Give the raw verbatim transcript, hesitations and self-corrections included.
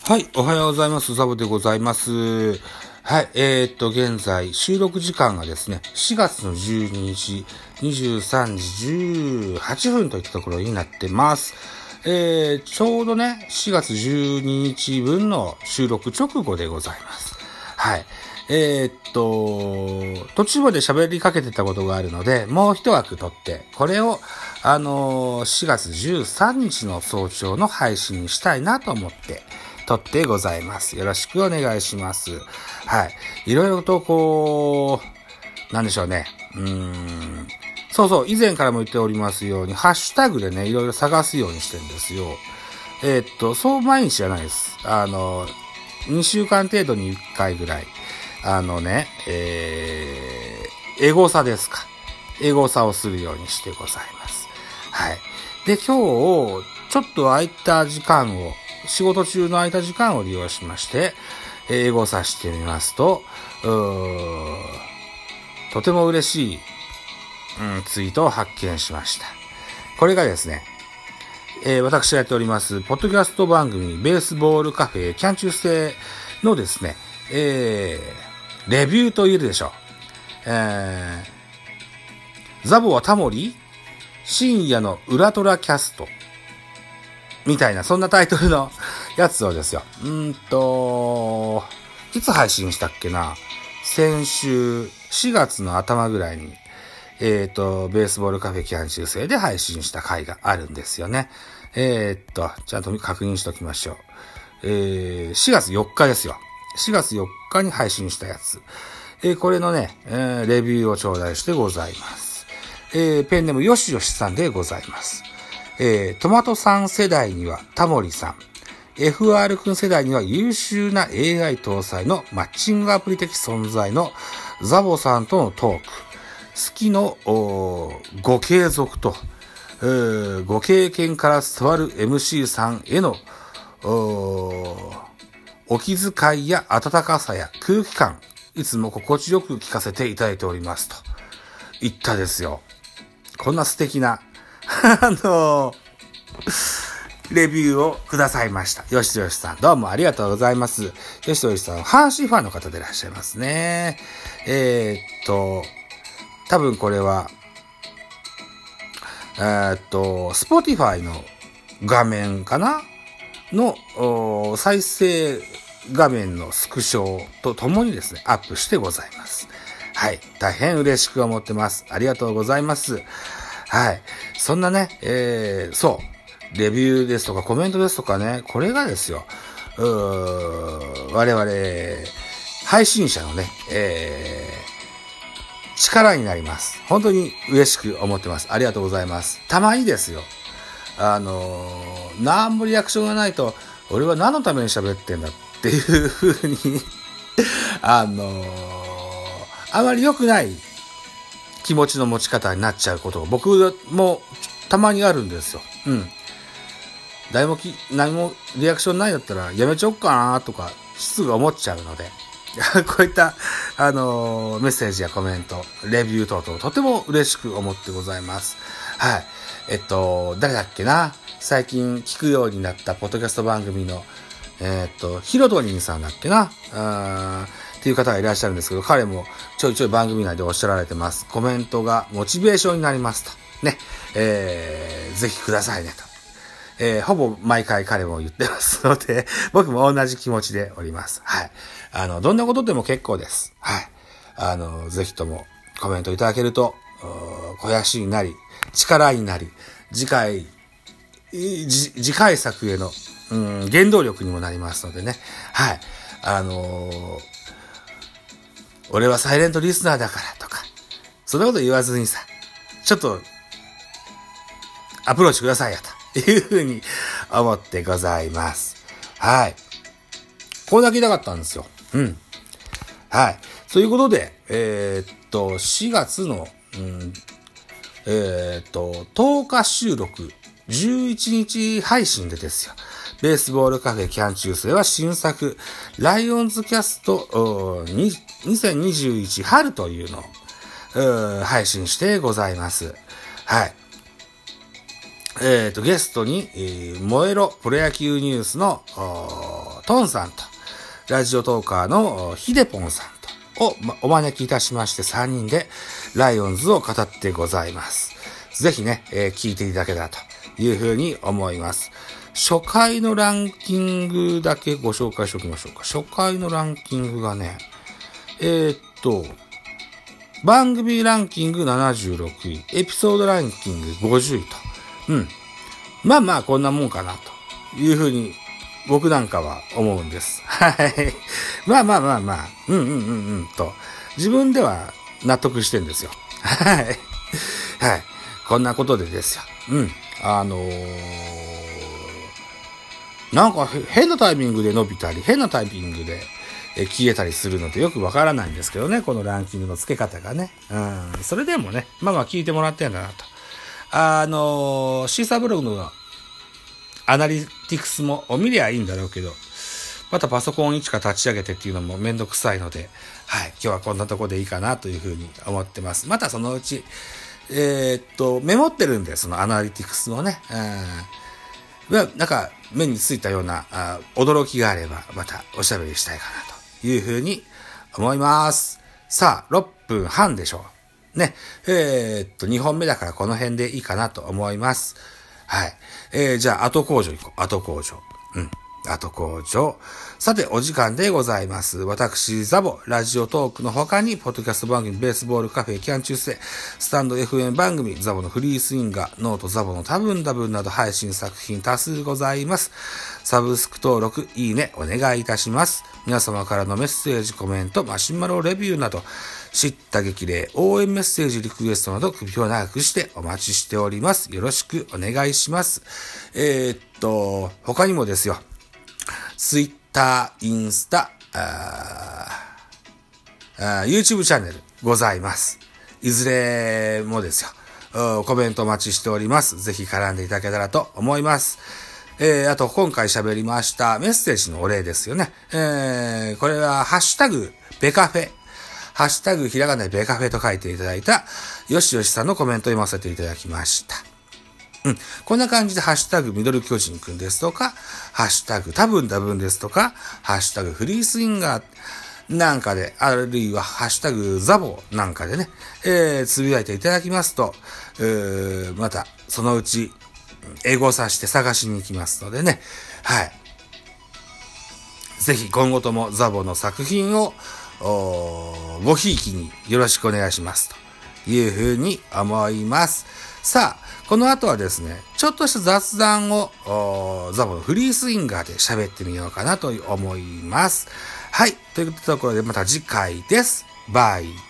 はい、おはようございます。ザボでございます。はい、えー、っと、現在、収録時間がですね、しがつのじゅうににち、にじゅうさんじじゅうはっぷんといったところになってます。えー、ちょうどね、しがつじゅうににちぶんの収録直後でございます。はい。えー、っと、途中まで喋りかけてたことがあるので、もう一枠取って、これを、あのー、しがつじゅうさんにちの早朝の配信にしたいなと思って、撮ってございます。よろしくお願いします。はい。いろいろとこう、なんでしょうね。うーん。そうそう、以前からも言っておりますように、ハッシュタグでね、いろいろ探すようにしてるんですよ。えー、っと、そう毎日じゃないです。あの、にしゅうかん程度にいっかいぐらい。あのね、えー、エゴサですか。エゴサをするようにしてございます。はい。で、今日、ちょっと空いた時間を、仕事中の空いた時間を利用しまして、エゴサしてみますと、うーとても嬉しい、うん、ツイートを発見しました。これがですね、えー、私がやっております、ポッドキャスト番組、ベースボールカフェ、キャン中制のですね、えー、レビューと言えるでしょう。えー、ザボはタモリ深夜のウラトラキャスト。みたいな、そんなタイトルのやつをですよ。うーんと、いつ配信したっけな？先週、しがつの頭ぐらいに、えっと、ベースボールカフェキャン中制で配信した回があるんですよね。えー、っと、ちゃんと確認しておきましょう。えー、しがつよっかですよ。しがつよっかに配信したやつ。えー、これのね、えー、レビューを頂戴してございます。えー、ペンネームよしよしさんでございます。えー、トマトさん世代にはタモリさん、エフアール 君世代には優秀な エーアイ 搭載のマッチングアプリ的存在のザボさんとのトーク、好きのご継続と、えー、ご経験から伝わる エムシー さんへの お, お気遣いや温かさや空気感、いつも心地よく聞かせていただいておりますと言ったですよ。こんな素敵なあのー、レビューをくださいました。よしよしさん、どうもありがとうございます。よしよしさん、阪神ファンの方でいらっしゃいますね。えー、っと、多分これは、えー、っと、Spotify の画面かなの再生画面のスクショとともにですね、アップしてございます。はい。大変嬉しく思ってます。ありがとうございます。はい。そんなね、えー、そう。レビューですとかコメントですとかね、これがですよ。うー我々、配信者のね、えー、力になります。本当に嬉しく思ってます。ありがとうございます。たまにですよ。あのー、なんもリアクションがないと、俺は何のために喋ってんだっていう風に、あのー、あまり良くない気持ちの持ち方になっちゃうことが僕もたまにあるんですよ。うん。誰もき、何もリアクションないんだったらやめちゃおっかなとか、すぐ思っちゃうので、こういった、あのー、メッセージやコメント、レビュー等々とても嬉しく思ってございます。はい。えっと、誰だっけな？最近聞くようになったポッドキャスト番組の、えっと、ヒロドリンさんだっけな？あっていう方がいらっしゃるんですけど、彼もちょいちょい番組内でおっしゃられてます。コメントがモチベーションになりますと。ね。えー、ぜひくださいねと。えー、ほぼ毎回彼も言ってますので、僕も同じ気持ちでおります。はい。あの、どんなことでも結構です。はい。あの、ぜひともコメントいただけると、肥やしになり、力になり、次回、次回作への、うん、原動力にもなりますのでね。はい。あのー、俺はサイレントリスナーだからとか、そんなこと言わずにさ、ちょっと、アプローチくださいよというふうに思ってございます。はい。これだけ言いたかったんですよ。うん。はい。ということで、えー、っと、しがつの、うん、えー、っと、とおか収録、じゅういちにち配信でですよ。ベースボールカフェキャン中制は新作、ライオンズキャストにせんにじゅういち春というのを配信してございます。はい。えっと、ゲストに、えー、燃えろプロ野球ニュースのトンさんと、ラジオトーカーのヒデポンさんとをお招きいたしましてさんにんでライオンズを語ってございます。ぜひね、えー、聞いていただけたらというふうに思います。初回のランキングだけご紹介しておきましょうか。初回のランキングがね、えー、っと、番組ランキングななじゅうろくい、エピソードランキングごじゅういと。うん。まあまあこんなもんかなというふうに僕なんかは思うんです。はい。まあまあまあまあ、うんうんうんうんと、自分では納得してんですよ。はい。はい。こんなことでですよ。うん。あのー、なんか変なタイミングで伸びたり、変なタイミングで消えたりするのでよくわからないんですけどね、このランキングの付け方がね。うん。それでもね、まあまあ聞いてもらってんだなと。あのー、シーサーブログのアナリティクスも見りゃいいんだろうけど、またパソコン一から立ち上げてっていうのもめんどくさいので、はい、今日はこんなとこでいいかなというふうに思ってます。またそのうち、えー、っと、メモってるんで、そのアナリティクスをね、うん、なんか目についたようなあ驚きがあれば、またおしゃべりしたいかなというふうに思います。さあ、ろっぷんはんでしょう。ね、えー、っと、にほんめだからこの辺でいいかなと思います。はい。えー、じゃあ、後工場行こう。後工場。うん。後工場。さて、お時間でございます。私、ザボ、ラジオトークの他に、ポッドキャスト番組、ベースボールカフェ、キャン中世、スタンド エフエム 番組、ザボのフリースインガー、ノートザボの多分多分など配信作品多数ございます。サブスク登録、いいね、お願いいたします。皆様からのメッセージ、コメント、マシュマロレビューなど、知った激励、応援メッセージ、リクエストなど首を長くしてお待ちしております。よろしくお願いします。えー、っと、他にもですよ。ツイッター、インスタ、ああ YouTube チャンネルございます。いずれもですよ。コメントお待ちしております。ぜひ絡んでいただけたらと思います。えー、あと今回喋りましたメッセージのお礼ですよね。えー、これはハッシュタグベカフェ。ハッシュタグひらがなでベカフェと書いていただいたよしよしさんのコメントを読ませていただきました。うん。こんな感じでハッシュタグミドル巨人くんですとか、ハッシュタグ多分多分ですとか、ハッシュタグフリースインガーなんかで、あるいはハッシュタグザボなんかでね、えー、つぶやいていただきますと、えー、またそのうちエゴさして探しに行きますのでね、はい。ぜひ今後ともザボの作品をごひいきによろしくお願いしますというふうに思います。さあ、この後はですね、ちょっとした雑談をザボのフリースインガーで喋ってみようかなと思います。はい、というところでまた次回です。バイ。